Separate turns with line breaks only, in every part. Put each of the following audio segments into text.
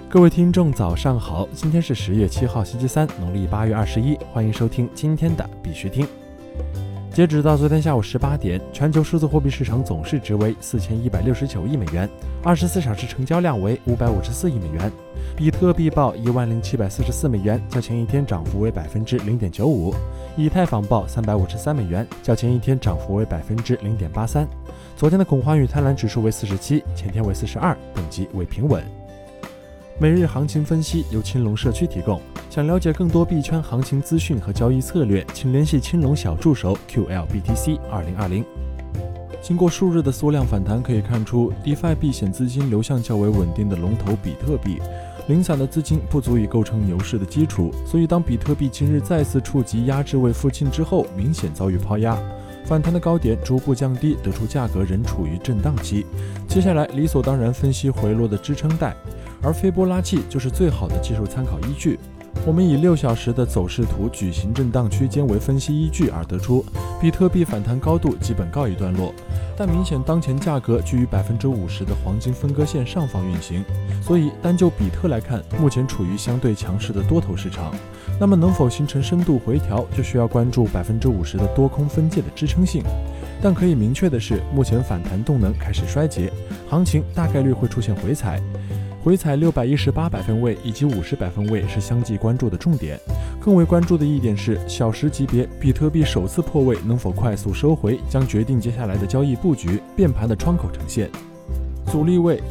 各位听众早上好，今天是10月7号星期三，农历8月21，欢迎收听今天的必须听。截止到昨天下午18点，全球数字货币市场总市值为4169亿美元，24小时成交量为554亿美元。比特币报10744美元，较前一天涨幅为 0.95%， 以太坊报353美元，较前一天涨幅为 0.83%。昨天的恐慌与贪婪指数为47，前天为42，等级为平稳。每日行情分析由青龙社区提供。想了解更多币圈行情资讯和交易策略，请联系青龙小助手 QLBTC 2020。经过数日的缩量反弹，可以看出 DeFi 避险资金流向较为稳定的龙头比特币，零散的资金不足以构成牛市的基础，所以当比特币今日再次触及压制位附近之后，明显遭遇抛压。反弹的高点逐步降低，得出价格仍处于震荡期。接下来理所当然分析回落的支撑带，而斐波拉契就是最好的技术参考依据。我们以6小时的走势图矩形震荡区间为分析依据而得出，比特币反弹高度基本告一段落，但明显当前价格居于 50% 的黄金分割线上方运行，所以单就比特来看，目前处于相对强势的多头市场。那么能否形成深度回调，就需要关注 50% 的多空分界的支撑性。但可以明确的是，目前反弹动能开始衰竭，行情大概率会出现回踩。回踩618百分位以及50百分位是相继关注的重点。更为关注的一点是，小时级别比特币首次破位能否快速收回，将决定接下来的交易布局，变盘的窗口呈现。阻力位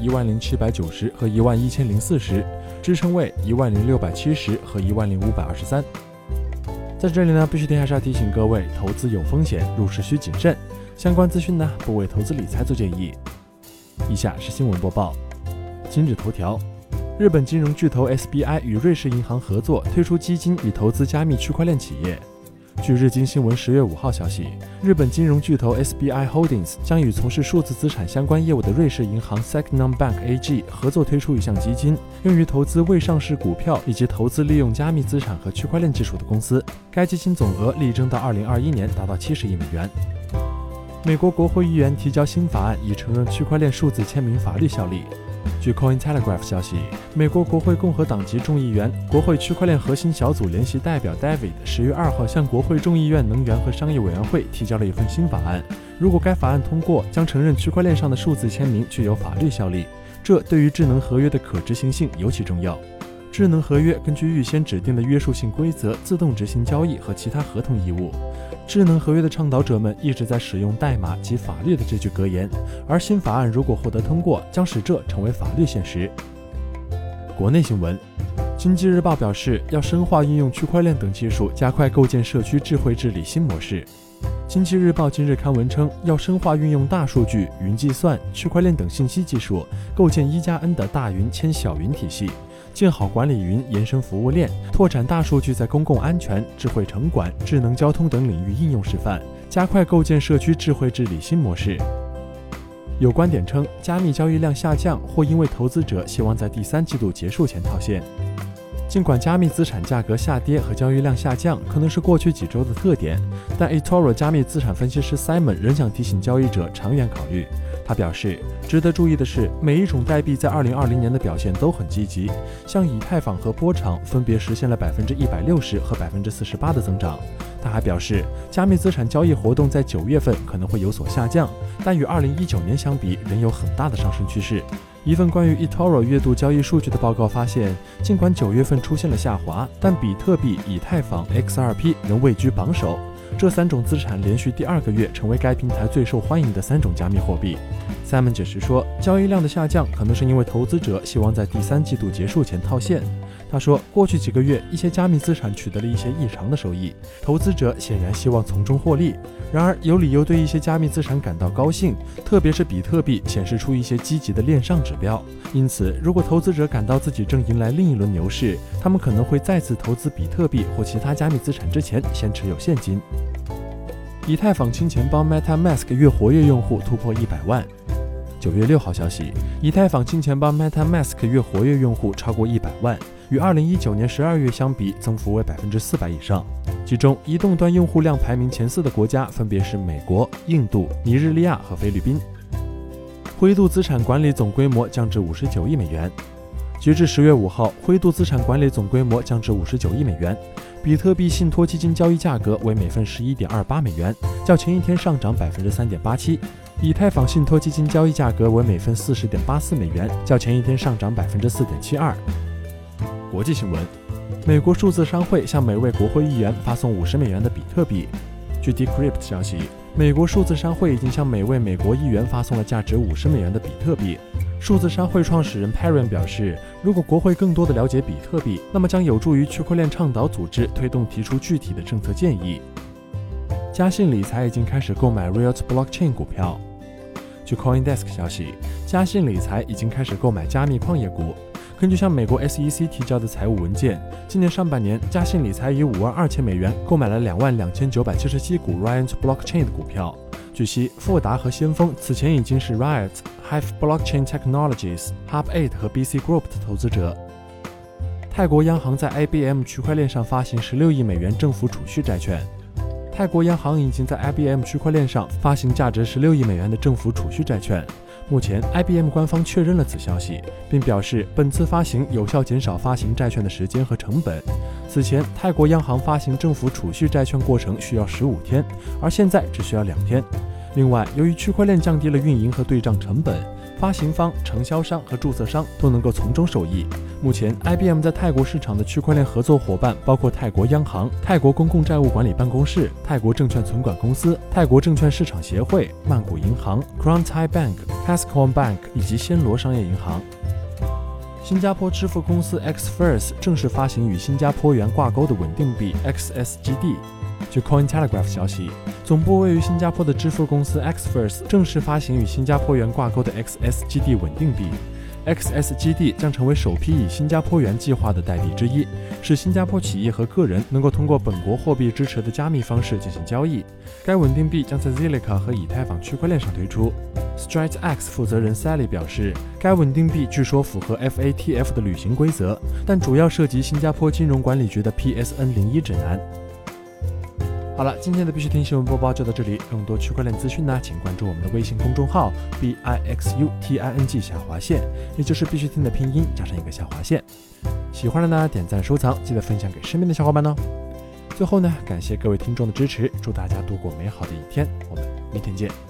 10790和11040，支撑位10670和10523。在这里呢，必须听还是要提醒各位，投资有风险，入市需谨慎。相关资讯呢，不为投资理财做建议。以下是新闻播报。今日头条：日本金融巨头 SBI 与瑞士银行合作推出基金以投资加密区块链企业。据日经新闻10月5号消息，日本金融巨头 SBI Holdings 将与从事数字资产相关业务的瑞士银行 Sygnum Bank AG 合作推出一项基金，用于投资未上市股票以及投资利用加密资产和区块链技术的公司。该基金总额力争到2021年达到70亿美元。美国国会议员提交新法案，以承认区块链数字签名法律效力。据 Cointelegraph 消息，美国国会共和党籍众议员、国会区块链核心小组联席代表 David 10月2号向国会众议院能源和商业委员会提交了一份新法案。如果该法案通过，将承认区块链上的数字签名具有法律效力，这对于智能合约的可执行性尤其重要。智能合约根据预先指定的约束性规则自动执行交易和其他合同义务。智能合约的倡导者们一直在使用代码及法律的这句格言，而新法案如果获得通过，将使这成为法律现实。国内新闻：经济日报表示，要深化运用区块链等技术，加快构建社区智慧治理新模式。经济日报今日刊文称，要深化运用大数据、云计算、区块链等信息技术，构建1+N 的大云牵小云体系，建好管理云延伸服务链，拓展大数据在公共安全、智慧城管、智能交通等领域应用示范，加快构建社区智慧治理新模式。有观点称，加密交易量下降或因为投资者希望在第3季度结束前套现。尽管加密资产价格下跌和交易量下降可能是过去几周的特点，但 eToro 加密资产分析师 Simon 仍想提醒交易者长远考虑。他表示，值得注意的是，每一种代币在2020年的表现都很积极，像以太坊和波场分别实现了 160% 和 48% 的增长。他还表示，加密资产交易活动在9月份可能会有所下降，但与2019年相比仍有很大的上升趋势。一份关于 eToro 月度交易数据的报告发现，尽管9月份出现了下滑，但比特币、以太坊、XRP 仍位居榜首。这3种资产连续第2个月成为该平台最受欢迎的3种加密货币。Simon 解释说，交易量的下降可能是因为投资者希望在第3季度结束前套现。他说，过去几个月，一些加密资产取得了一些异常的收益，投资者显然希望从中获利。然而，有理由对一些加密资产感到高兴，特别是比特币显示出一些积极的链上指标。因此，如果投资者感到自己正迎来另一轮牛市，他们可能会再次投资比特币或其他加密资产之前先持有现金。以太坊轻钱包 MetaMask 月活跃用户突破100万。9月6号消息，以太坊轻钱包 MetaMask 月活跃用户超过100万，与2019年12月相比，增幅为400%以上。其中，移动端用户量排名前4的国家分别是美国、印度、尼日利亚和菲律宾。灰度资产管理总规模降至59亿美元。 截至10月5号，灰度资产管理总规模降至59亿美元，比特币信托基金交易价格为每份11.28美元，较前一天上涨3.87%。以太坊信托基金交易价格为每份40.84美元，较前一天上涨4.72%。国际新闻：美国数字商会向每位国会议员发送50美元的比特币。据 Decrypt 消息，美国数字商会已经向每位美国议员发送了价值50美元的比特币。数字商会创始人 Perrin 表示，如果国会更多地了解比特币，那么将有助于区块链倡导组织推动提出具体的政策建议。嘉信理财已经开始购买 Riot Blockchain 股票。据 CoinDesk 消息，嘉信理财已经开始购买加密矿业股。根据向美国 SEC 提交的财务文件，今年上半年，嘉信理财以5万2千美元购买了22977股 Riot Blockchain 的股票。据悉，富达和先锋此前已经是 Riot、Hive Blockchain Technologies、Hub8 和 BC Group 的投资者。泰国央行在 IBM 区块链上发行16亿美元政府储蓄债券。泰国央行已经在 IBM 区块链上发行价值16亿美元的政府储蓄债券。目前 IBM 官方确认了此消息，并表示本次发行有效减少发行债券的时间和成本。此前，泰国央行发行政府储蓄债券过程需要15天，而现在只需要2天。另外，由于区块链降低了运营和对账成本，发行方、承销商和注册商都能够从中受益。目前 IBM 在泰国市场的区块链合作伙伴包括泰国央行、泰国公共债务管理办公室、泰国证券存管公司、泰国证券市场协会、曼谷银行、Grand Thai Bank、Tascom Bank 以及暹罗商业银行。新加坡支付公司 Xverse 正式发行与新加坡元挂钩的稳定币 XSGD。据 Cointelegraph 消息，总部位于新加坡的支付公司 Xverse 正式发行与新加坡元挂钩的 XSGD 稳定币。XSGD 将成为首批以新加坡元计划的代币之一，使新加坡企业和个人能够通过本国货币支持的加密方式进行交易。该稳定币将在 Zilliqa 和以太坊区块链上推出。StriteX 负责人 Sally 表示，该稳定币据说符合 FATF 的履行规则，但主要涉及新加坡金融管理局的 PSN01 指南。好了，今天的必须听新闻播报就到这里。更多区块链资讯呢，请关注我们的微信公众号 BIXUTING_，也就是必须听的拼音加上一个下划线。喜欢的呢，点赞收藏，记得分享给身边的小伙伴哦。最后呢，感谢各位听众的支持，祝大家度过美好的一天，我们明天见。